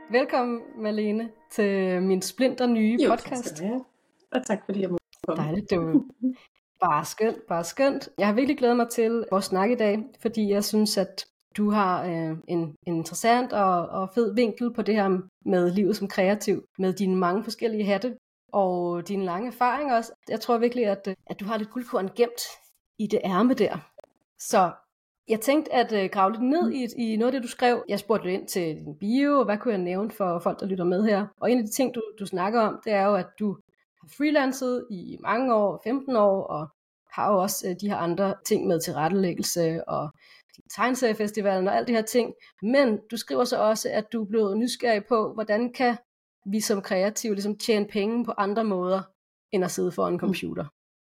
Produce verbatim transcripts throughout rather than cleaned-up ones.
Velkommen, Malene, til min splinter nye Jo, podcast. tak skal du have. Og tak fordi jeg må komme. Dejligt, du. Bare skønt, bare skønt. Jeg har virkelig glædet mig til vores snak i dag, fordi jeg synes, at du har øh, en, en interessant og, og fed vinkel på det her med livet som kreativ, med dine mange forskellige hatte og din lange erfaring også. Jeg tror virkelig, at, at du har lidt guldkorn gemt i det ærme der. Så jeg tænkte at øh, grave lidt ned i, i noget af det, du skrev. Jeg spurgte lidt ind til din bio, og hvad kunne jeg nævne for folk, der lytter med her. Og en af de ting, du, du snakker om, det er jo, at du har freelancet i mange år, femten år, og har jo også øh, de her andre ting med tilrettelæggelse og tegneseriefestivalen og alt det her ting. Men du skriver så også, at du er blevet nysgerrig på, hvordan kan vi som kreative ligesom tjene penge på andre måder, end at sidde foran en computer.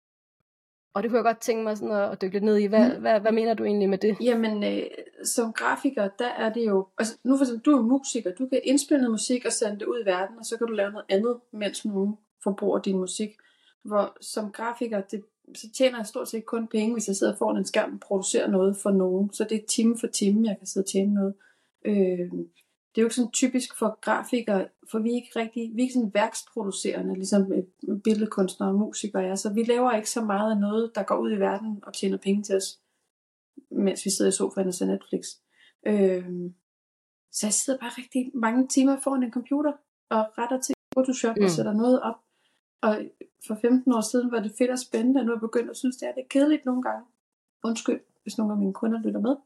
Og det kunne jeg godt tænke mig sådan at, at dykke lidt ned i. Hvad, mm. hvad, hvad mener du egentlig med det? Jamen, øh, som grafiker, der er det jo... Altså, nu for eksempel, du er musiker. Du kan indspille noget musik og sende det ud i verden, og så kan du lave noget andet, mens nogen forbruger din musik. Hvor som grafiker, det, så tjener jeg stort set kun penge, hvis jeg sidder foran en skærm og producerer noget for nogen. Så det er time for time, jeg kan sidde og tjene noget. Øh, det er jo ikke sådan typisk for grafikere, for vi er ikke rigtig, vi er ikke sådan værksproducerende, ligesom billedkunstnere og musikere er, så vi laver ikke så meget af noget, der går ud i verden og tjener penge til os, mens vi sidder i sofaen og ser Netflix. Øh, så jeg sidder bare rigtig mange timer foran en computer og retter til Photoshop mm. og sætter noget op. Og for femten år siden var det fedt og spændende, og nu er jeg begyndt at synes, det er lidt kedeligt nogle gange. Undskyld, hvis nogle af mine kunder lytter med.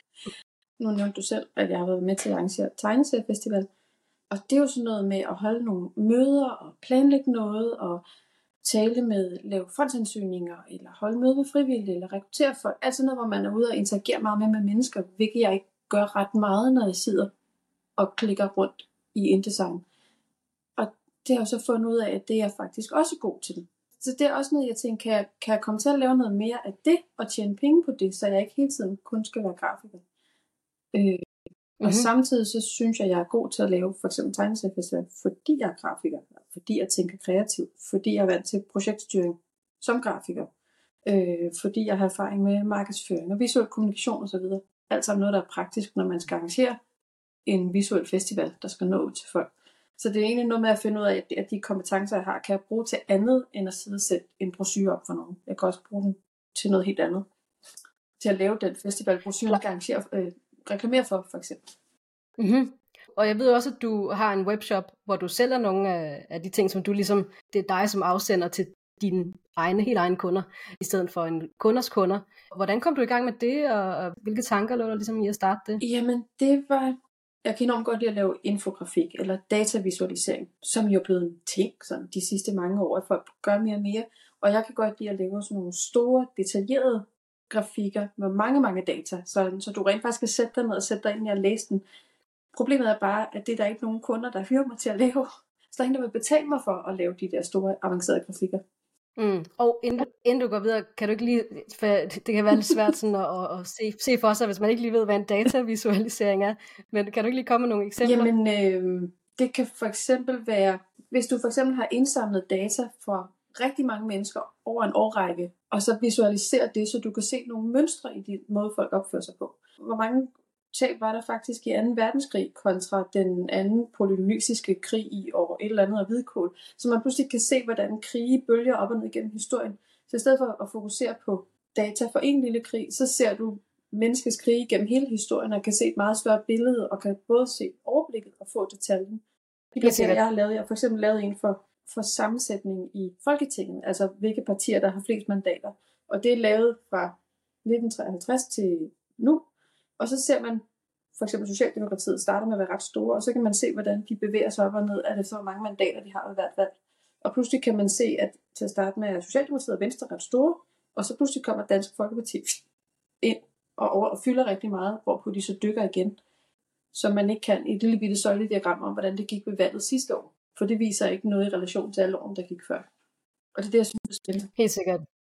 Nu nævnte du selv, at jeg har været med til at arrangere tegneseriefestival. Og det er jo sådan noget med at holde nogle møder og planlægge noget og tale med, lave fondsansøgninger eller holde møde med frivillige eller rekruttere folk. Alt sådan noget, hvor man er ude og interagere meget med med mennesker, hvilket jeg ikke gør ret meget, når jeg sidder og klikker rundt i InDesign. Og det har jeg så fundet ud af, at det er jeg faktisk også god til. Så det er også noget, jeg tænker, kan jeg, kan jeg komme til at lave noget mere af det og tjene penge på det, så jeg ikke hele tiden kun skal være grafiker. Øh, og mm-hmm. samtidig så synes jeg, jeg er god til at lave for eksempel tegneseriefestival, fordi jeg er grafiker, fordi jeg tænker kreativt, fordi jeg er vant til projektstyring som grafiker, øh, fordi jeg har erfaring med markedsføring og visuel kommunikation osv. Alt sammen noget, der er praktisk, når man skal arrangere en visuel festival, der skal nå ud til folk. Så det er egentlig noget med at finde ud af, at de kompetencer, jeg har, kan jeg bruge til andet, end at sidde og sætte en brochure op for nogen. Jeg kan også bruge den til noget helt andet. Til at lave den festivalbrochure, jeg skal arrangere, øh, reklamere for, for eksempel. Mm-hmm. Og jeg ved også, at du har en webshop, hvor du sælger nogle af, af de ting, som du ligesom, det er dig, som afsender til dine egne, helt egne kunder, i stedet for en kunders kunder. Hvordan kom du i gang med det, og, og hvilke tanker lå der ligesom i at starte det? Jamen, det var... Jeg kan enormt godt lide at lave infografik, eller datavisualisering, som jo er blevet en ting sådan, de sidste mange år, at folk gør mere og mere. Og jeg kan godt lide at lave sådan nogle store, detaljerede grafikker med mange, mange data, så, så du rent faktisk skal sætte dig ned og sætte dig ind i at læse den. Problemet er bare, at det er der ikke nogen kunder, der hyrer mig til at lave. Så der er ingen, der vil betale mig for at lave de der store, avancerede grafikker. Mm. Og inden, inden du går videre, kan du ikke lige, for det kan være lidt svært sådan at, at se, se for sig, hvis man ikke lige ved, hvad en datavisualisering er, men kan du ikke lige komme med nogle eksempler? Jamen, øh, det kan for eksempel være, hvis du for eksempel har indsamlet data fra rigtig mange mennesker over en årrække, og så visualiserer det, så du kan se nogle mønstre i den måde, folk opfører sig på. Hvor mange tab var der faktisk i anden verdenskrig kontra den anden polynesiske krig i år et eller andet af hvidkål, så man pludselig kan se, hvordan krige bølger op og ned gennem historien. Så i stedet for at fokusere på data for en lille krig, så ser du menneskets krige gennem hele historien og kan se et meget større billede og kan både se overblikket og få detaljen. De placerer, jeg har lavet, jeg har for eksempel lavet en for, for sammensætning i Folketinget, altså hvilke partier, der har flest mandater. Og det er lavet fra nitten treoghalvtreds til nu. Og så ser man, for eksempel Socialdemokratiet starter med at være ret store, og så kan man se, hvordan de bevæger sig op og ned, af det så mange mandater, de har ved hvert valg. Og pludselig kan man se, at til at starte med, at Socialdemokratiet og Venstre er ret store, og så pludselig kommer Dansk Folkeparti ind og, over, og fylder rigtig meget, hvorpå de så dykker igen. Så man ikke kan i et lille bitte søjlediagram om, hvordan det gik ved valget sidste år. For det viser ikke noget i relation til alle årene, der gik før. Og det er det, jeg synes er spændende. Helt sikkert.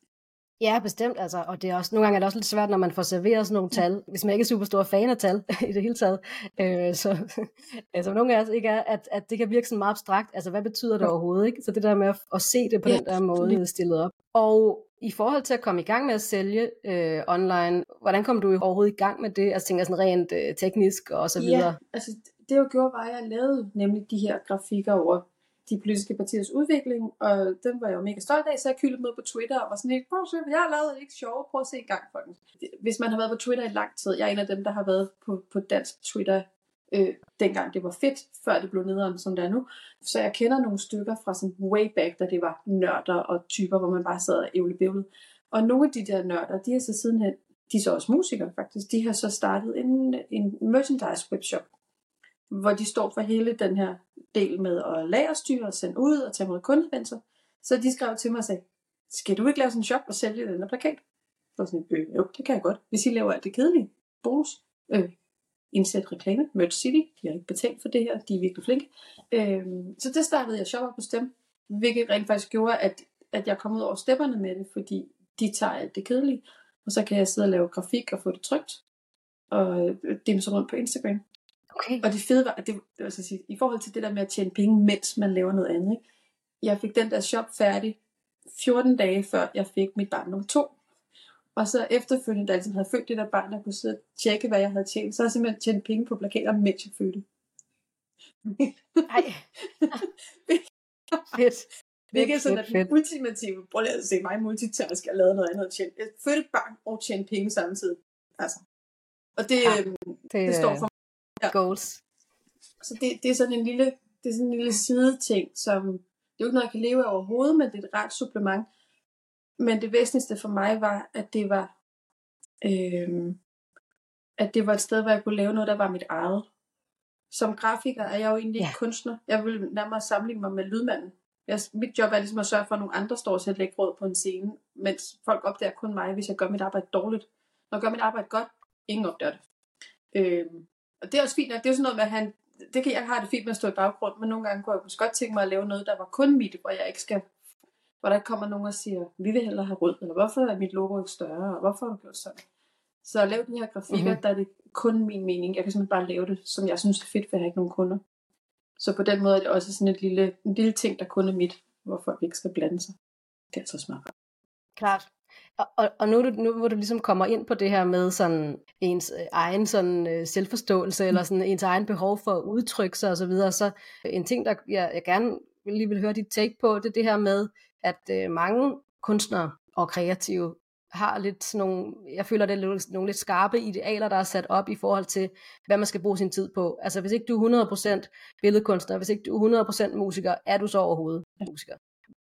Ja, bestemt, altså, og det er også, nogle gange er det også lidt svært, når man får serveret sådan nogle tal, hvis man ikke er super stor fan af tal i det hele taget, øh, så altså, nogle af os ikke er, at, at det kan virke sådan meget abstrakt, altså hvad betyder det overhovedet, ikke? Så det der med at, at se det på ja, den der måde stillet op. Og i forhold til at komme i gang med at sælge øh, online, hvordan kom du overhovedet i gang med det, altså tænker sådan rent øh, teknisk og så videre? Ja, altså det jeg gjorde, var, at jeg lavede nemlig de her grafikker over de politiske partiers udvikling, og dem var jeg jo mega stolt af, så jeg kyldede med på Twitter, og var sådan helt, prøv at se, jeg har lavet ikke sjovt, prøv at se en gang for den. Hvis man har været på Twitter i lang tid, jeg er en af dem, der har været på, på dansk Twitter, øh, dengang det var fedt, før det blev nederen, som det er nu. Så jeg kender nogle stykker fra sådan way back, da det var nørder og typer, hvor man bare sad og ævlebævlede. Og nogle af de der nørder, de er så sidenhen, de er så også musikere faktisk, de har så startet en, en merchandise webshop, hvor de står for hele den her del med at lagerstyre og sende ud og tage mod kundevenser. Så de skrev til mig og sagde, skal du ikke lave sådan en shop og sælge den her plakat? Så sådan, øh, jo, det kan jeg godt. Hvis I laver alt det kedelige, bonus, øh, indsæt reklame, Merch City, de har ikke betalt for det her, de er virkelig flinke. Øh, så det startede jeg shop op hos dem, hvilket rent faktisk gjorde, at, at jeg kom ud over stepperne med det, fordi de tager alt det kedelige, og så kan jeg sidde og lave grafik og få det trykt, og dimse rundt på Instagram. Okay. Og det fede var, at det, det var så at sige, i forhold til det der med at tjene penge, mens man laver noget andet. Ikke? Jeg fik den der shop færdig fjorten dage før jeg fik mit barn nummer to. Og så efterfølgende, da jeg ligesom havde født det der barn, der kunne sidde og tjekke, hvad jeg havde tjent, så har jeg simpelthen tjent penge på plakater, mens jeg fødte. Nej. Fedt. Hvilket er sådan den ultimative, prøv lige at se mig multitask, jeg lavede noget andet og tjene. Jeg fødte et barn og tjente penge samtidig. Altså. Og det, ja, det, det står for ja. Goals. Så det, det er sådan en lille, det er sådan en lille sideting, som det er jo ikke noget, jeg kan leve af overhovedet, men det er et ret supplement. Men det væsentligste for mig var, at det var, øh, at det var et sted, hvor jeg kunne lave noget, der var mit eget. Som grafiker er jeg jo egentlig ja. ikke kunstner. Jeg vil nærmere sammenligne mig med lydmanden. Jeg, mit job er ligesom at sørge for, at nogle andre står og sætter lægråd på en scene, mens folk opdager kun mig, hvis jeg gør mit arbejde dårligt. Når jeg gør mit arbejde godt, ingen opdager det. Øh, og det er også fint, at det er sådan noget med, at han, det kan jeg have det fint med at stå i baggrund, men nogle gange kunne jeg godt tænke mig at lave noget, der var kun mit, hvor jeg ikke skal, hvor der kommer nogen og siger, vi vil hellere have rød, eller hvorfor er mit logo ikke større, og hvorfor har du gjort sådan? Så at lave de her grafikker, mm-hmm. der er det kun min mening. Jeg kan simpelthen bare lave det, som jeg synes er fedt, for jeg har ikke nogen kunder. Så på den måde er det også sådan et lille, en lille ting, der kun er mit, hvor folk ikke skal blande sig. Det er altså smart. Klart. Og, og, og nu, nu hvor du ligesom kommer ind på det her med sådan ens egen sådan, øh, selvforståelse, mm. eller sådan ens egen behov for at udtrykke sig og så videre, så en ting, der jeg, jeg gerne lige vil høre dit take på, det er det her med, at øh, mange kunstnere og kreative har lidt sådan nogle, jeg føler det er nogle lidt skarpe idealer, der er sat op i forhold til, hvad man skal bruge sin tid på. Altså hvis ikke du er hundrede procent billedkunstner, hvis ikke du er hundrede procent musiker, er du så overhovedet musiker.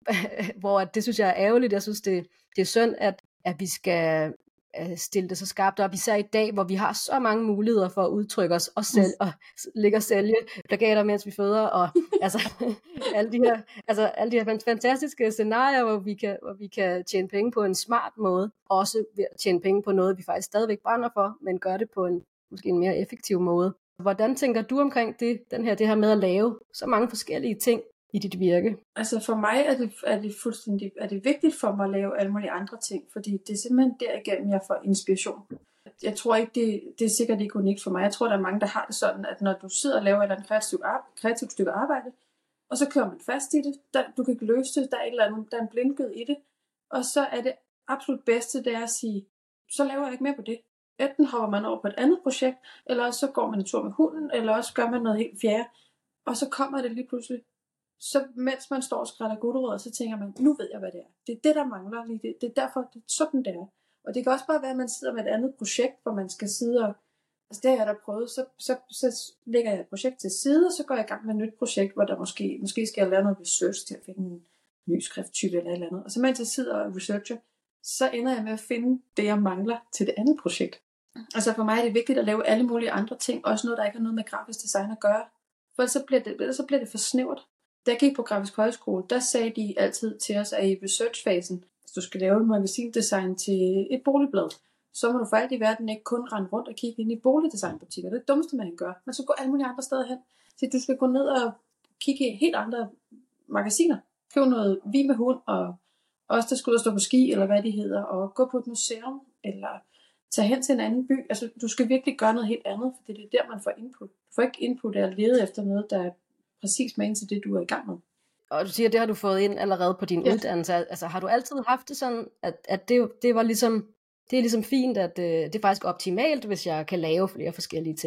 Hvor det synes jeg er ærgerligt. Jeg synes det, det er synd, at, at vi skal stille det så skarpt op, især i dag, hvor vi har så mange muligheder for at udtrykke os og, sælge, og ligge og sælge plakater, mens vi føder, og altså, alle, de her, altså, alle de her fantastiske scenarier, hvor vi, kan, hvor vi kan tjene penge på en smart måde, også ved at tjene penge på noget, vi faktisk stadigvæk brænder for, men gør det på en måske en mere effektiv måde. Hvordan tænker du omkring det, den her, det her med at lave så mange forskellige ting i dit virke? Altså for mig er det, er det fuldstændig er det vigtigt for mig at lave alle mulige andre ting, fordi det er simpelthen derigennem, jeg får inspiration. Jeg tror ikke, det, det er sikkert ikke unikt for mig. Jeg tror, der er mange, der har det sådan, at når du sidder og laver et eller andet kreativt, kreativt stykke arbejde, og så kører man fast i det, der, du kan ikke løse det, der er, et eller andet, der er en blindgød i det, og så er det absolut bedste, det er at sige, så laver jeg ikke mere på det. Enten hopper man over på et andet projekt, eller også så går man en tur med hunden, eller også gør man noget helt fjerde, og så kommer det lige pludselig. Så mens man står og skrætter gulerødder, så tænker man, nu ved jeg, hvad det er. Det er det, der mangler lige det. Det er derfor, det er sådan, det er. Og det kan også bare være, at man sidder med et andet projekt, hvor man skal sidde og... Altså det har jeg da prøvet, så, så, så lægger jeg et projekt til side, og så går jeg i gang med et nyt projekt, hvor der måske, måske skal jeg lave noget research til at finde en ny skrifttype eller et eller andet. Og så mens jeg sidder og researcher, så ender jeg med at finde det, jeg mangler til det andet projekt. Altså for mig er det vigtigt at lave alle mulige andre ting, også noget, der ikke har noget med grafisk design at gøre. For ellers så bliver det, ellers så bliver det for snævert. Da jeg gik på Grafisk Højskole, der sagde de altid til os, at i researchfasen, hvis du skal lave et magasindesign til et boligblad, så må du for alt i verden ikke kun rende rundt og kigge ind i boligdesignbutikker. Det er det dummeste, man kan gøre. Man skal gå alle mulige andre steder hen. Så du skal gå ned og kigge i helt andre magasiner. Køb noget Vi med hund, og også der skal ud og stå på ski, eller hvad de hedder, og gå på et museum, eller tage hen til en anden by. Altså, du skal virkelig gøre noget helt andet, for det er der, man får input. Du får ikke input af at lede efter noget, der er præcis med ind til det, du er i gang med. Og du siger, det har du fået ind allerede på din ja. uddannelse. Altså har du altid haft det sådan, at, at det, det var ligesom, det er ligesom fint, at øh, det er faktisk optimalt, hvis jeg kan lave flere forskellige ting?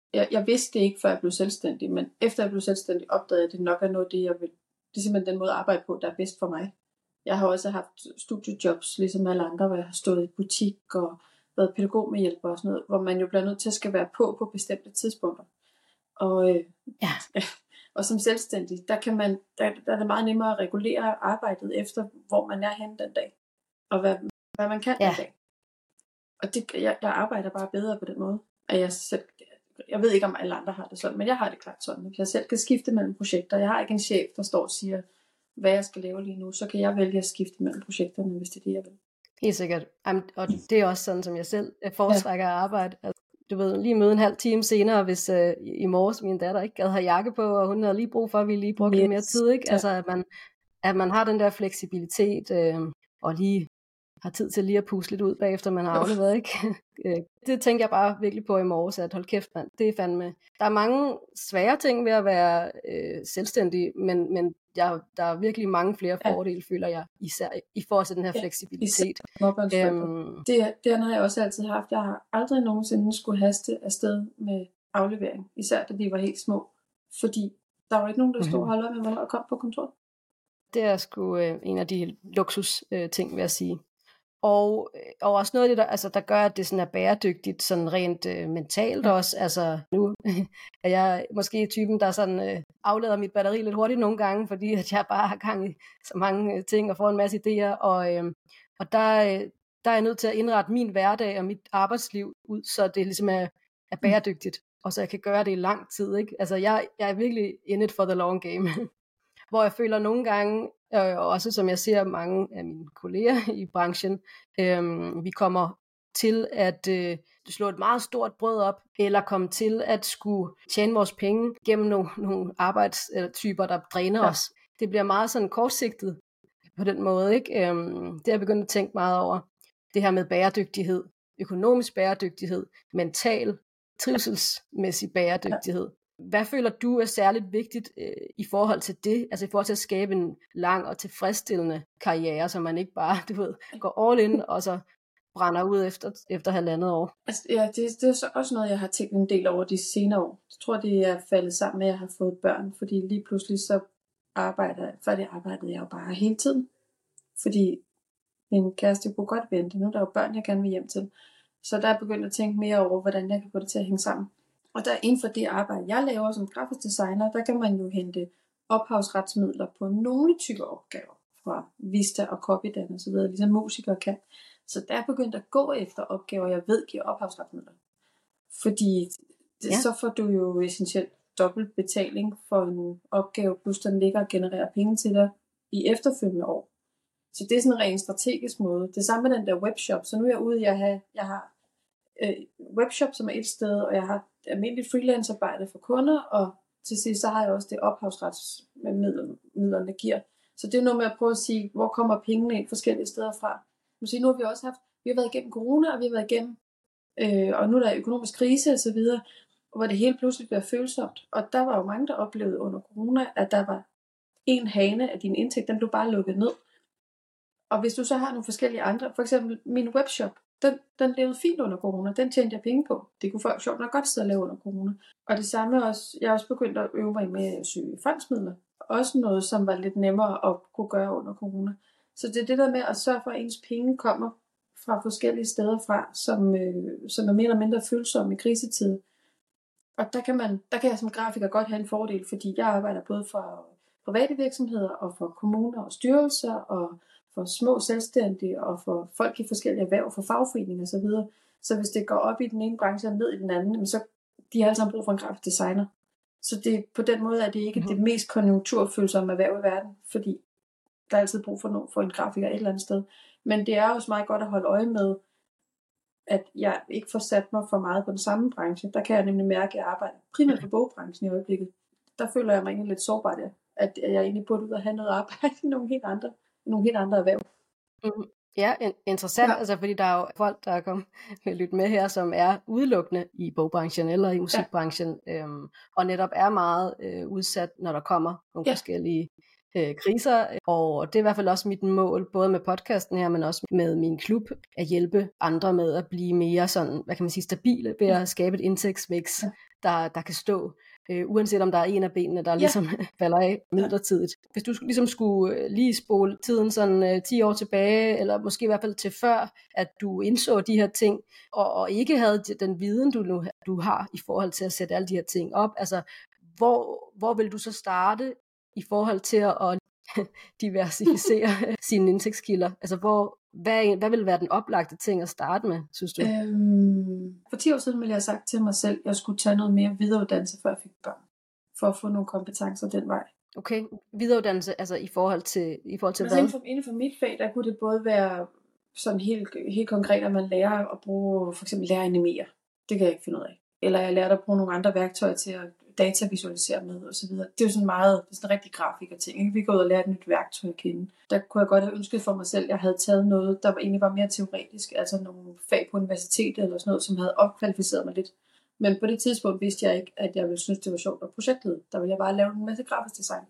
jeg, jeg vidste det ikke, før jeg blev selvstændig, men efter jeg blev selvstændig, opdagede jeg, at det nok er noget af det, jeg vil. Det er simpelthen den måde at arbejde på, der er bedst for mig. Jeg har også haft studiejobs, ligesom alle andre, hvor jeg har stået i butik og været pædagogmedhjælper og sådan noget, hvor man jo bliver nødt til at skal være på på bestemte tidspunkter. Og, øh, Ja. ja, og som selvstændig, der, kan man, der, der er det meget nemmere at regulere arbejdet efter, hvor man er henne den dag, og hvad, hvad man kan Ja. den dag. Og det, jeg, jeg arbejder bare bedre på den måde, at jeg selv, jeg ved ikke om alle andre har det sådan, men jeg har det klart sådan, at jeg selv kan skifte mellem projekter. Jeg har ikke en chef, der står og siger, hvad jeg skal lave lige nu, så kan jeg vælge at skifte mellem projekterne, hvis det er det, jeg vil. Helt sikkert. Jamen, og det er også sådan, som jeg selv foretrækker at arbejde. Altså, du ved, lige møde en halv time senere, hvis øh, i morges min datter ikke gad have jakke på, og hun havde lige brug for, at vi lige brugte Yes. lidt mere tid, ikke? Ja. Altså, at man, at man har den der fleksibilitet, øh, og lige har tid til lige at puste lidt ud bagefter, man har afleveret, ikke? Det tænker jeg bare virkelig på i morges, at hold kæft, mand, det er fandme. Der er mange svære ting ved at være øh, selvstændig, men, men jeg, der er virkelig mange flere fordele, ja. føler jeg, især i forhold til den her ja, fleksibilitet. Øhm, det, det har jeg også altid haft. Jeg har aldrig nogensinde skulle haste afsted med aflevering, især da de var helt små, fordi der var ikke nogen, der stod og holdt med mig og kom på kontoret. Det er sgu øh, en af de luksus øh, ting, vil jeg sige. Og, og også noget af det, der, altså, der gør, at det sådan er bæredygtigt, sådan rent øh, mentalt ja. også. Altså nu er jeg måske typen, der sådan øh, aflader mit batteri lidt hurtigt nogle gange, fordi at jeg bare har gang i så mange øh, ting og får en masse idéer. Og, øh, og der, øh, der er jeg nødt til at indrette min hverdag og mit arbejdsliv ud, så det ligesom er, er bæredygtigt, og så jeg kan gøre det i lang tid. Ikke? Altså jeg, jeg er virkelig in it for the long game. Hvor jeg føler nogle gange, øh, også som jeg ser mange af mine kolleger i branchen, øh, vi kommer til at øh, slå et meget stort brød op, eller komme til at skulle tjene vores penge gennem nogle, nogle arbejdstyper, der dræner ja. os. Det bliver meget sådan kortsigtet på den måde, ikke? Øh, det har jeg begyndt at tænke meget over. Det her med bæredygtighed, økonomisk bæredygtighed, mental, trivselsmæssig bæredygtighed. Hvad føler du er særligt vigtigt øh, i forhold til det, altså i forhold til at skabe en lang og tilfredsstillende karriere, så man ikke bare, du ved, går all in og så brænder ud efter, efter halvandet år? Altså, ja, det, det er så også noget, jeg har tænkt en del over de senere år. Jeg tror, det er faldet sammen med, at jeg har fået børn, fordi lige pludselig så arbejder, før det arbejdede jeg jo bare hele tiden, fordi min kæreste kunne godt vente. Nu er der jo børn, jeg gerne vil hjem til. Så der er jeg begyndt at tænke mere over, hvordan jeg kan få det til at hænge sammen. Og der inden for det arbejde, jeg laver som grafisk designer, der kan man jo hente ophavsretsmidler på nogle typer opgaver fra Vista og Copydan og så videre, ligesom musikere kan. Så der er begyndt at gå efter opgaver, jeg ved giver ophavsretsmidler. Fordi det, ja. så får du jo essentielt dobbelt betaling for en opgave, plus den ligger og genererer penge til dig i efterfølgende år. Så det er sådan en rent strategisk måde. Det samme med den der webshop. Så nu er jeg ude, jeg har, jeg har øh, webshop, som er et sted, og jeg har almindeligt freelancearbejde for kunder, og til sidst så har jeg også det ophavsretsmidler, der giver. Så det er noget med at prøve at sige, hvor kommer pengene ind forskellige steder fra. Nu har vi også haft, vi har været igennem corona, og vi har været igennem, øh, og nu er der økonomisk krise og så videre, hvor det hele pludselig bliver følsomt. Og der var jo mange, der oplevede under corona, at der var en hane af din indtægt, den blev bare lukket ned. Og hvis du så har nogle forskellige andre, for eksempel min webshop, den, den levede fint under corona, den tjente jeg penge på. Det kunne folk sjovt nok godt sidde og lave under corona. Og det samme også, jeg har også begyndt at øve mig med at søge fondsmidler. Også noget, som var lidt nemmere at kunne gøre under corona. Så det er det der med at sørge for, at ens penge kommer fra forskellige steder fra, som, øh, som er mere eller mindre følsomme i krisetider. Og der kan, man, der kan jeg som grafiker godt have en fordel, fordi jeg arbejder både for private virksomheder og for kommuner og styrelser og for små selvstændige og for folk i forskellige erhverv, for fagforeninger osv. Så, så hvis det går op i den ene branche og ned i den anden, så de har alle sammen brug for en grafisk designer. Så det, på den måde er det ikke mm-hmm. det mest konjunkturfølsomme erhverv i verden, fordi der er altid brug for, nogen, for en grafiker et eller andet sted. Men det er også meget godt at holde øje med, at jeg ikke får sat mig for meget på den samme branche. Der kan jeg nemlig mærke, at jeg arbejder primært på bogbranchen i øjeblikket. Der føler jeg mig egentlig lidt sårbar der, at jeg egentlig burde ud og have noget arbejde i nogle helt andre, nogle helt andre erhverv. Mm. Ja, interessant, ja. Altså fordi der er jo folk, der er kommet med lytte med her, som er udelukkende i bogbranchen eller i musikbranchen, ja. øhm, og netop er meget øh, udsat, når der kommer nogle ja. forskellige øh, kriser, og det er i hvert fald også mit mål, både med podcasten her, men også med min klub, at hjælpe andre med at blive mere sådan, hvad kan man sige, stabile ved at skabe et indtægtsmix, ja. der, der kan stå, øh, uanset om der er en af benene, der Ja. ligesom falder af midlertidigt. Hvis du ligesom skulle øh, lige spole tiden sådan øh, ti år tilbage, eller måske i hvert fald til før, at du indså de her ting, og, og ikke havde den viden, du nu du har i forhold til at sætte alle de her ting op, altså hvor, hvor vil du så starte i forhold til at diversificere sine indtægtskilder? Altså hvor, hvad, hvad vil være den oplagte ting at starte med, synes du? Øhm, for ti år siden ville jeg have sagt til mig selv, at jeg skulle tage noget mere videreuddannelse, før jeg fik børn, for at få nogle kompetencer den vej. Okay, videreuddannelse, altså i forhold til, i forhold til altså hvad? Inden for, inden for mit fag, der kunne det både være sådan helt, helt konkret, at man lærer at bruge, for eksempel lære at animere. Det kan jeg ikke finde ud af. Eller jeg lærte at bruge nogle andre værktøjer til at datavisualisere med, og så videre. Det er jo sådan meget, det er sådan en rigtig grafiker ting. Ikke? Vi går ud og lærer et nyt værktøj at kende. Der kunne jeg godt have ønsket for mig selv, at jeg havde taget noget, der egentlig var mere teoretisk, altså nogle fag på universitetet eller sådan noget, som havde opkvalificeret mig lidt. Men på det tidspunkt vidste jeg ikke, at jeg ville synes, det var sjovt at projektlede. Der ville jeg bare lave en masse grafisk design.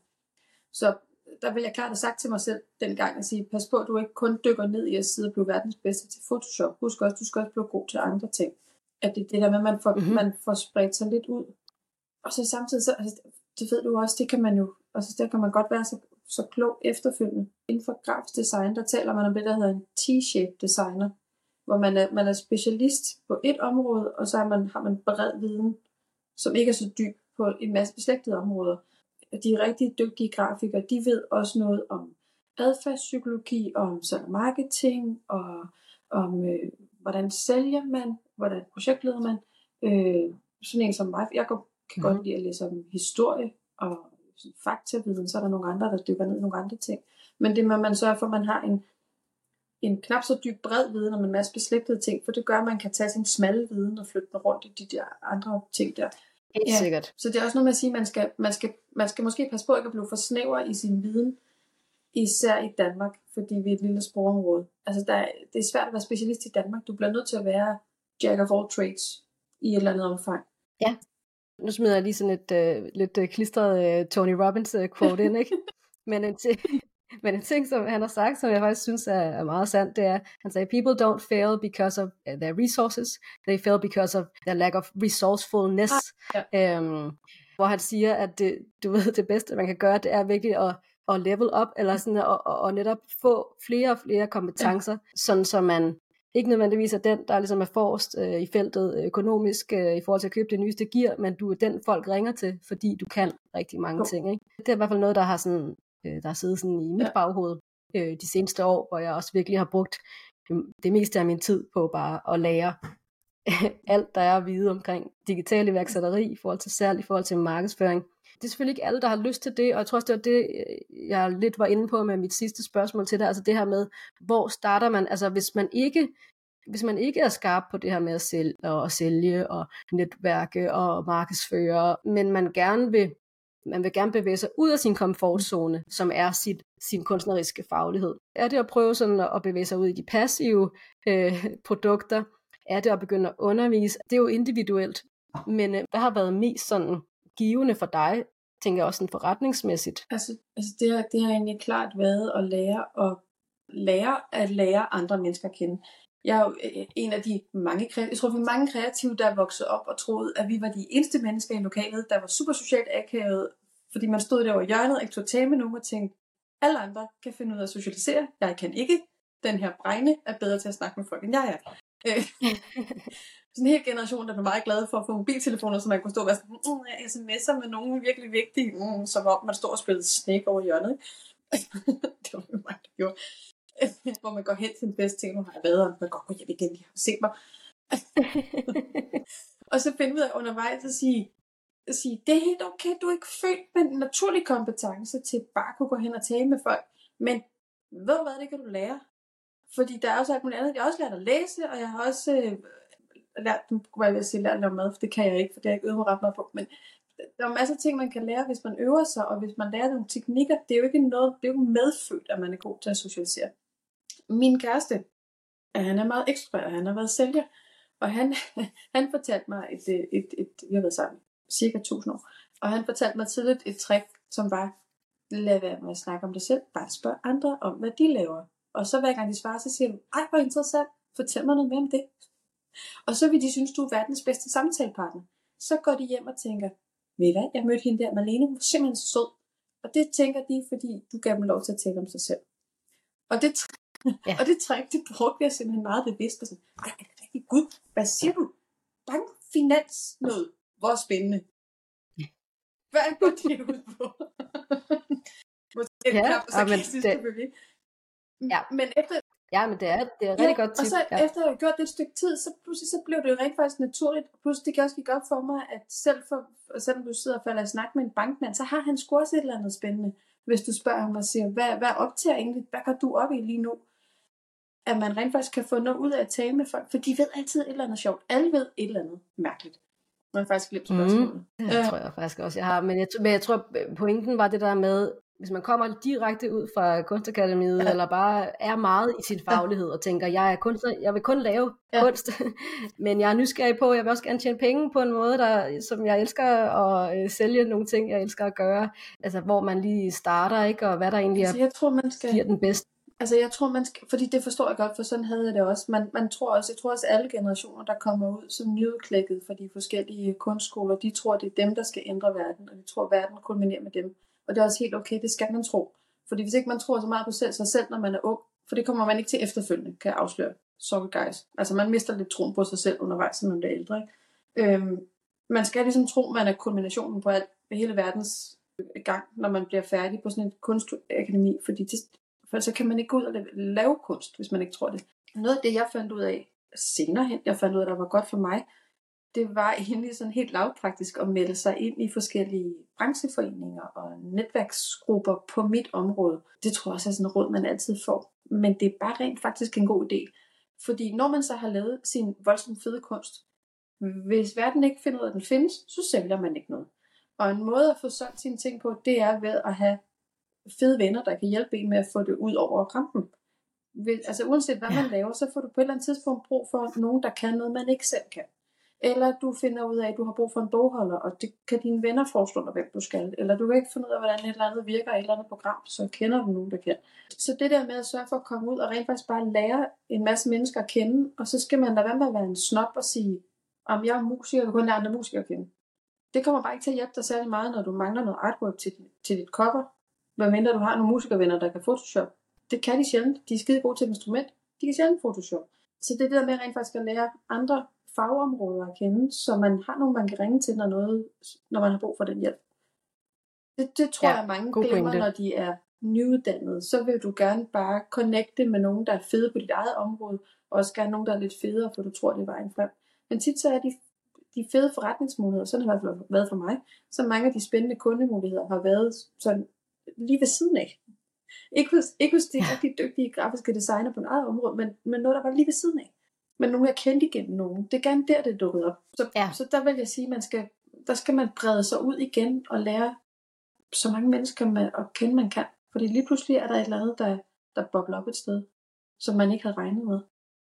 Så der vil jeg klart have sagt til mig selv dengang at sige, pas på, at du ikke kun dykker ned i at sidde og blive verdens bedste til Photoshop. Husk også, du skal også blive god til andre ting. At det er det der med, at man får, mm-hmm. man får spredt sig lidt ud. Og så samtidig, så, altså, det ved du også, det kan man jo, altså der kan man godt være så, så klog efterfølgende. Inden for grafisk design, der taler man om det, der hedder en T-shape designer, hvor man er, man er specialist på et område, og så har man, har man bred viden, som ikke er så dyb på en masse beslægtede områder. De rigtig dygtige grafikere, de ved også noget om adfærdspsykologi, om sådan marketing, og om øh, hvordan sælger man, hvordan projektleder man. Øh, sådan en som mig, jeg kan mm-hmm. godt lide at læse om historie og faktaviden, så er der nogle andre, der dykker ned i nogle andre ting. Men det må man sørge for, at man har en, en knap så dyb bred viden om en masse beslægtede ting, for det gør, at man kan tage sin smalle viden og flytte den rundt i de der andre ting der. Helt ja. sikkert. Så det er også noget med at sige, at man skal, man, skal, man skal måske passe på ikke at blive for snæver i sin viden, især i Danmark, fordi vi er et lille sprogområde. Altså der er, det er svært at være specialist i Danmark. Du bliver nødt til at være jack of all trades i et eller andet omfang. Ja. Nu smider jeg lige sådan et uh, lidt uh, klistret uh, Tony Robbins uh, quote ind, ikke? Men en, ting, men en ting, som han har sagt, som jeg faktisk synes er, er meget sandt, det er, han sagde, people don't fail because of uh, their resources, they fail because of their lack of resourcefulness. Ah, ja. um, hvor han siger, at det, du ved, det bedste, man kan gøre, det er virkelig at, at level up, eller sådan at, at, at netop få flere og flere kompetencer, ja. Sådan så man ikke nødvendigvis er den, der ligesom er forrest øh, i feltet økonomisk øh, i forhold til at købe det nyeste gear, men du er den, folk ringer til, fordi du kan rigtig mange ting. Ikke? Det er i hvert fald noget, der har, sådan, øh, der har siddet sådan i mit ja. baghoved øh, de seneste år, hvor jeg også virkelig har brugt det meste af min tid på bare at lære alt, der er at vide omkring digital iværksætteri, i forhold til salg, i forhold til markedsføring. Det er selvfølgelig ikke alle, der har lyst til det, og jeg tror også, det var det, jeg lidt var inde på med mit sidste spørgsmål til dig, altså det her med, hvor starter man, altså hvis man ikke, hvis man ikke er skarp på det her med at sælge og, at sælge og netværke og markedsføre, men man gerne vil, man vil gerne bevæge sig ud af sin komfortzone, som er sit, sin kunstneriske faglighed. Er det at prøve sådan at bevæge sig ud i de passive øh, produkter? Er det at begynde at undervise? Det er jo individuelt, men øh, hvad har været mest sådan givende for dig, tænker jeg også sådan forretningsmæssigt? Altså, altså det, har, det har egentlig klart været at lære at lære at lære andre mennesker at kende. Jeg er jo en af de mange kreative, jeg tror vi er mange kreative, der er vokset op og troede, at vi var de eneste mennesker i lokalet, der var super socialt akavet, fordi man stod der over hjørnet og ikke tog tale med nogen og tænkte, alle andre kan finde ud af at socialisere, jeg kan ikke. Den her bregne er bedre til at snakke med folk, end jeg er. Sådan en hel generation, der blev meget glad for at få mobiltelefoner, så man kunne stå og være sådan, mm, jeg sms'er med nogen virkelig vigtige, mm, som om man stod og spillede Snake over hjørnet. Det var jo mig, der gjorde. Hvor man går hen til en fest, tænker, nu har jeg været, og man går hjem igen, de har set mig. Og så finder vi ud af undervejs at sige, at sige, det er helt okay, du er ikke født med en naturlig kompetence til bare at kunne gå hen og tale med folk, men ved du hvad, det kan du lære. Fordi der er også alt muligt andet. Jeg har også lært at læse, og jeg har også øh, lært, nu kunne jeg sige, lært at lave mad, for det kan jeg ikke, for det har jeg ikke øvet mig ret meget på. Men der er masser af ting, man kan lære, hvis man øver sig, og hvis man lærer nogle teknikker. Det er jo ikke noget, det er jo medfødt, at man er god til at socialisere. Min kæreste, han er meget ekstrovert, han har været sælger, og han, han fortalte mig, et, et, et, et, vi har været sammen cirka tusind år, og han fortalte mig tidligt et trick, som var, lad være med at snakke om det selv, bare spørg andre om, hvad de laver. Og så hver gang de svarer, så siger du, ej, hvor interessant, fortæl mig noget mere om det. Og så vil de synes, du er verdens bedste samtalepartner. så går de hjem og tænker, ved I hvad, jeg mødte hende der, Marlene, hun var simpelthen så sød. Og det tænker de, fordi du gav dem lov til at tale om sig selv. Og det, ja. og det træk, det brugte jeg simpelthen meget bevidst. Og sådan, ej, er det rigtig Gud? Hvad siger du? Bankfinans noget. Hvor spændende. Hvad går det ud på? Måske et ja, knap sarkastisk, det, selvfølgelig. Ja. Men efter... Ja, men det er, det er et rigtig ja, godt tip. Og så ja. efter at have gjort det et stykke tid, så pludselig så blev det jo rent faktisk naturligt. Og pludselig det kan også gik op for mig, at selv for, selvom du sidder og falder i snak med en bankmand, så har han sgu også et eller andet spændende. Hvis du spørger ham og siger, hvad, hvad optager egentlig? Hvad går du op i lige nu? At man rent faktisk kan få noget ud af at tale med folk, for de ved altid et eller andet sjovt. Alle ved et eller andet mærkeligt. Man har faktisk glemt spørgsmålet. Mm, det tror jeg faktisk også, jeg har. Men jeg, men jeg tror, pointen var det der med, hvis man kommer direkte ud fra Kunstakademiet, ja. eller bare er meget i sin faglighed, og tænker, jeg er kunstner, jeg vil kun lave ja. kunst, men jeg er nysgerrig på, jeg vil også gerne tjene penge på en måde, der, som jeg elsker at øh, sælge nogle ting, jeg elsker at gøre, altså hvor man lige starter, ikke, og hvad der egentlig altså, jeg tror, man skal... giver den bedste. Altså jeg tror man skal, fordi det forstår jeg godt, for sådan havde jeg det også. Man, man tror også, jeg tror også alle generationer, der kommer ud som nyudklækket fra de forskellige kunstskoler, de tror, det er dem, der skal ændre verden, og de tror, at verden kulminerer med dem. Og det er også helt okay, det skal man tro. Fordi hvis ikke man tror så meget på selv, sig selv, når man er ung, for det kommer man ikke til efterfølgende, kan jeg afsløre. Sorry guys. Altså man mister lidt troen på sig selv undervejs, når man bliver ældre. Ikke? Øhm, man skal ligesom tro, man er kulminationen på alt, hele verdens gang, når man bliver færdig på sådan et kunstakademi, fordi det, for så kan man ikke gå ud og lave kunst, hvis man ikke tror det. Noget af det, jeg fandt ud af senere hen, jeg fandt ud af, der var godt for mig, det var egentlig sådan helt lavpraktisk at melde sig ind i forskellige brancheforeninger og netværksgrupper på mit område. Det tror jeg også er sådan et råd, man altid får. Men det er bare rent faktisk en god idé. Fordi når man så har lavet sin voldsomt fede kunst, hvis verden ikke finder ud af, at den findes, så sælger man ikke noget. Og en måde at få solgt sine ting på, det er ved at have fede venner, der kan hjælpe en med at få det ud over rampen. Altså uanset hvad man laver, så får du på et eller andet tidspunkt brug for nogen, der kan noget, man ikke selv kan. Eller du finder ud af, at du har brug for en bogholder, og det kan dine venner foreslå dig, hvem du skal. Eller du kan ikke finde ud af, hvordan et eller andet virker i et eller andet program, så kender du nogen, der kan. Så det der med at sørge for at komme ud og rent faktisk bare lære en masse mennesker at kende, og så skal man lade være med at være en snop og sige, om jeg er musiker, du kan lære andre musikere at kende. Det kommer bare ikke til at hjælpe dig særlig meget, når du mangler noget artwork til, til dit cover. Hvad mindre du har nogle musikervenner, der kan Photoshop. Det kan de sjældent. De er skide gode til et instrument. De kan sjældent Photoshop. Så det er det der med rent faktisk at lære andre fagområder at kende, så man har nogen, man kan ringe til, når, noget, når man har brug for den hjælp. Det, det tror ja, jeg, mange glemmer, når de er nyuddannede. Så vil du gerne bare connecte med nogen, der er fede på dit eget område, og også gerne nogen, der er lidt federe, for du tror, det er vejen frem. Men tit så er de, de fede forretningsmuligheder, sådan har det i hvert fald været for mig, så mange af de spændende kundemuligheder har været sådan lige ved siden af. Ikke hos, ikke hos de rigtig dygtige grafiske designer på en eget område, men, men noget, der var lige ved siden af. Men nogen, jeg kendte igennem nogen. Det er gerne der, det er dukket op. Så, ja. så der vil jeg sige, man skal, der skal man brede sig ud igen og lære så mange mennesker man, at kende, man kan. Fordi lige pludselig er der et eller andet, der, der bobler op et sted, som man ikke havde regnet med.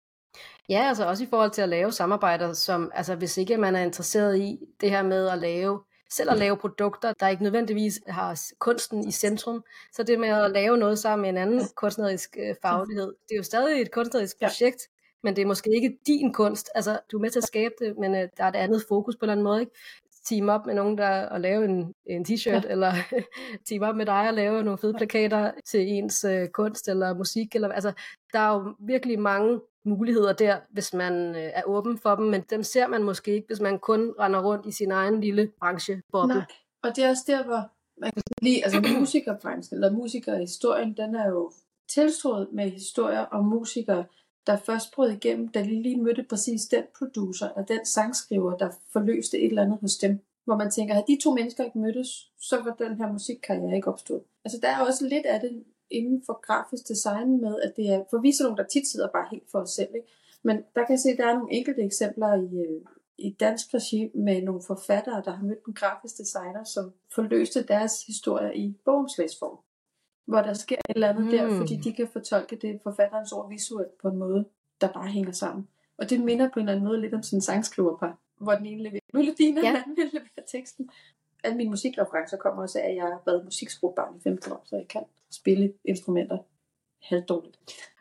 Ja, altså også i forhold til at lave samarbejder, som, altså hvis ikke man er interesseret i det her med at lave, selv at lave produkter, der ikke nødvendigvis har kunsten i centrum, så det med at lave noget sammen med en anden kunstnerisk øh, faglighed, det er jo stadig et kunstnerisk projekt, ja. Men det er måske ikke din kunst, altså du er med til at skabe det, men øh, der er et andet fokus på en eller anden måde, ikke? Team op med nogen, der og lave en, en t-shirt, ja. Eller team op med dig og lave nogle fede plakater til ens øh, kunst eller musik, eller, altså der er jo virkelig mange muligheder der, hvis man øh, er åben for dem, men dem ser man måske ikke, hvis man kun render rundt i sin egen lille brancheboble. Nej, og det er også der, hvor man kan sige, altså musikerbranchen, eller musikerhistorien, den er jo tilstået med historier om musikere, der først brød igennem, da de lige mødte præcis den producer, eller den sangskriver, der forløste et eller andet hos dem. Hvor man tænker, at de to mennesker ikke mødtes, så var den her musikkarriere ikke opstået. Altså der er også lidt af det inden for grafisk design med, at det er, for vi er sådan nogle, der tit sidder bare helt for os selv, ikke? Men der kan jeg se, at der er nogle enkelte eksempler i, i dansk regi med nogle forfattere, der har mødt en grafisk designer, som forløste deres historie i bogomslagsform. Hvor der sker et eller andet mm. der, fordi de kan fortolke det forfatterens ord visuelt på en måde, der bare hænger sammen. Og det minder på en eller anden måde lidt om sådan en sangskriverpar, hvor den ene leverer melodien, og ja. Den anden leverer teksten. Alle mine musikreferencer kommer også af, at jeg har været musikskolebarn i femten år, så jeg kan spille instrumenter halvdårligt.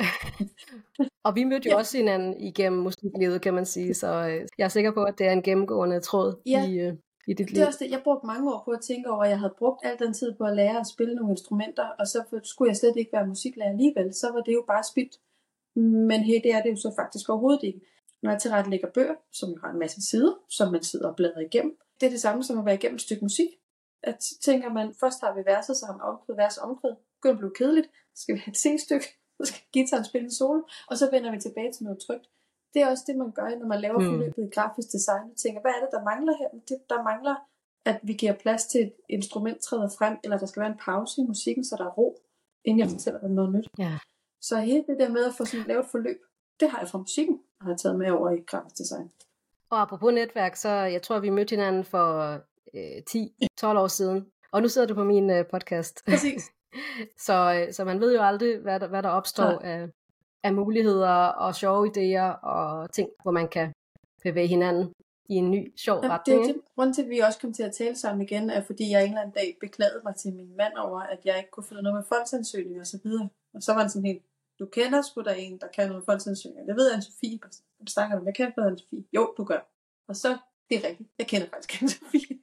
Og vi mødte jo Ja. også hinanden igennem musiklivet, kan man sige, så øh, jeg er sikker på, at det er en gennemgående tråd Ja. i, øh, i dit Det liv. er også det. Jeg brugte mange år på at tænke over, at jeg havde brugt al den tid på at lære at spille nogle instrumenter, og så skulle jeg slet ikke være musiklærer alligevel. Så var det jo bare spildt. Men hey, det er det jo så faktisk overhovedet ikke. Når jeg tilrettelægger bøger, som jo har en masse sider, som man sidder og bladrer igennem, det er det samme som at være igennem et stykke musik. At tænker man, først har vi verset, så har man omkvæd, vers omkvæd. Det begynder at blive kedeligt. Så skal vi have et C-stykke, så skal guitaren spille en solo, og så vender vi tilbage til noget trygt. Det er også det, man gør, når man laver Mm. forløbet i grafisk design. Man tænker, hvad er det, der mangler her? Det, der mangler, at vi giver plads til et instrument træder frem, eller der skal være en pause i musikken, så der er ro, inden jeg fortæller dem noget nyt. Ja. Så hele det der med at få sådan lavet et forløb, det har jeg fra musikken, og har taget med over i grafisk design. Og apropos netværk, så jeg tror, vi mødte hinanden for øh, ti til tolv år siden. Og nu sidder du på min øh, podcast. Præcis. så, øh, så man ved jo aldrig, hvad der, hvad der opstår Nej. af, af muligheder og sjove idéer og ting, hvor man kan bevæge hinanden i en ny, sjov Ja, det er retning. jo ikke? det. Grunden til, at vi også kom til at tale sammen igen, er fordi jeg en eller anden dag beklagede mig til min mand over, at jeg ikke kunne få noget med fondsansøgninger og så videre. Og så var han sådan helt, du kender sgu da en, der kan noget med fondsansøgninger. Det ved Anne-Sophie. Jeg snakker om, jeg kender noget Anne-Sophie. Jo, du gør. Og så, det er rigtigt. Jeg kender faktisk Anne-Sophie.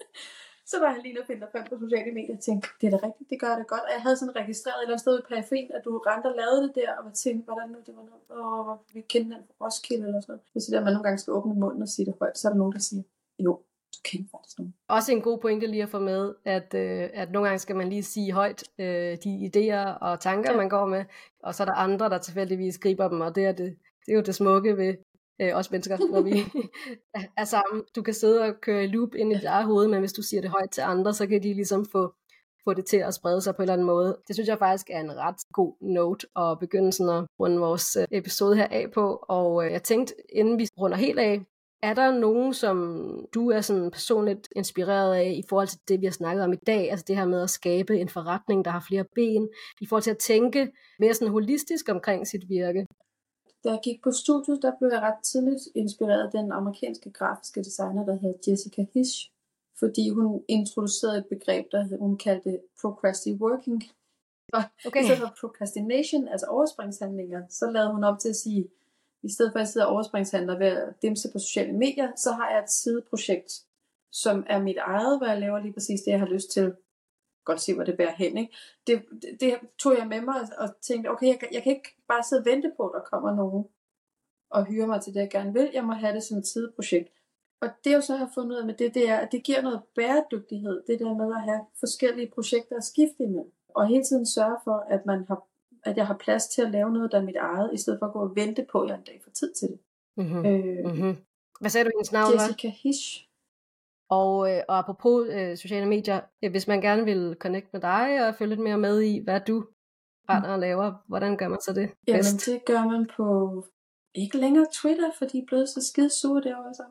Så var jeg lige nødt finde frem på sociale medier og tænkte, det er da rigtigt, det gør det godt. Og jeg havde sådan registreret et eller andet sted i periferien, at du rent og lavede det der, og jeg tænkte, hvordan nu det var noget, åh, vi kendte den fra Roskilde eller sådan noget. Hvis det der, man nogle gange skal åbne munden og sige det højt, så er der nogen, der siger, jo, du kender faktisk nogen. Også en god pointe lige at få med, at, øh, at nogle gange skal man lige sige højt øh, de idéer og tanker, ja. man går med, og så er der andre, der tilfældigvis griber dem, og det er, det, det er jo det smukke ved øh, os mennesker, når vi er sammen. Du kan sidde og køre i loop ind i dit eget hoved, men hvis du siger det højt til andre, så kan de ligesom få, få det til at sprede sig på en eller anden måde. Det synes jeg faktisk er en ret god note at begynde sådan at runde vores episode her af på, og øh, jeg tænkte, inden vi runder helt af, er der nogen, som du er sådan personligt inspireret af i forhold til det, vi har snakket om i dag, altså det her med at skabe en forretning, der har flere ben, i forhold til at tænke mere sådan holistisk omkring sit virke? Da jeg gik på studiet, der blev jeg ret tidligt inspireret af den amerikanske grafiske designer, der hedder Jessica Hische, fordi hun introducerede et begreb, der hun kaldte procrastinating working. Og okay. I stedet for procrastination, altså overspringshandlinger, så lavede hun op til at sige, i stedet for at jeg sidder overspringshandler ved at dimse på sociale medier, så har jeg et sideprojekt, som er mit eget, hvor jeg laver lige præcis det, jeg har lyst til. Godt se, hvor det bærer hen. Ikke? Det, det, det tog jeg med mig og tænkte, okay, jeg, jeg kan ikke bare sidde og vente på, at der kommer nogen og hyre mig til det, jeg gerne vil. Jeg må have det som et sideprojekt. Og det jeg så har fundet ud af med det, det er, at det giver noget bæredygtighed. Det der med at have forskellige projekter at skifte imellem. Og hele tiden sørge for, at, man har, at jeg har plads til at lave noget, der er mit eget, i stedet for at gå og vente på, at jeg en dag får tid til det. Mm-hmm. Øh, mm-hmm. Hvad sagde du, hendes navn var? Jessica Hische. Og, øh, og apropos øh, sociale medier, øh, hvis man gerne vil connecte med dig og følge lidt mere med i, hvad du render og laver, hvordan gør man så det Jamen bedst? det gør man på, ikke længere Twitter, for de er blevet så skide sure derovre sammen.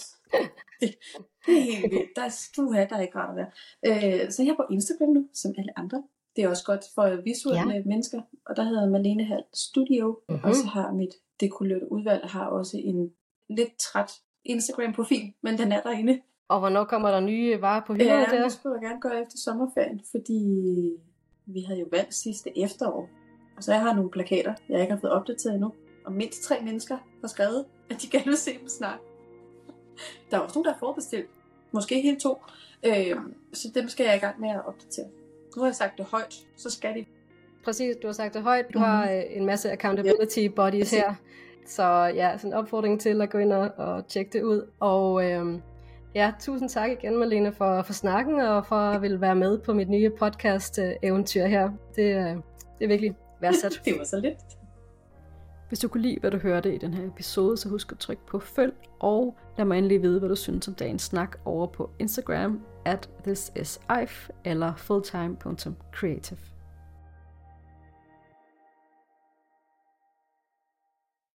det, det er helt vildt. Der er stuha, der er ikke rart at være. Øh, så jeg er på Instagram nu, som alle andre. Det er også godt for visuelle ja. mennesker. Og der hedder Malene Hall Studio. Mm-hmm. Og så har mit dekolørte udvalg har også en lidt træt Instagram-profil, men den er derinde. Og hvornår kommer der nye varer på hylderne ja, der? det skulle jeg gerne gøre efter sommerferien, fordi vi havde jo valgt sidste efterår. Og så jeg har nogle plakater, jeg ikke har fået opdateret endnu. Og mindst tre mennesker har skrevet, at de gerne vil se dem snart. Der er også nogen, der har forbestilt. Måske helt to. Øh, så dem skal jeg i gang med at opdatere. Nu har jeg sagt det højt, så skal de. Præcis, du har sagt det højt. Du mm-hmm. har øh, en masse accountability bodies her. Så ja, sådan en opfordring til at gå ind og, og tjekke det ud. Og øh, ja, tusind tak igen, Malene, for, for snakken og for at ville være med på mit nye podcast-eventyr her. Det, øh, det er virkelig værdsat. Det var så lidt. Hvis du kunne lide, hvad du hørte i den her episode, så husk at trykke på følg, og lad mig endelig vide, hvad du synes om dagens snak over på Instagram at thisisaif eller fulltime punktum creative.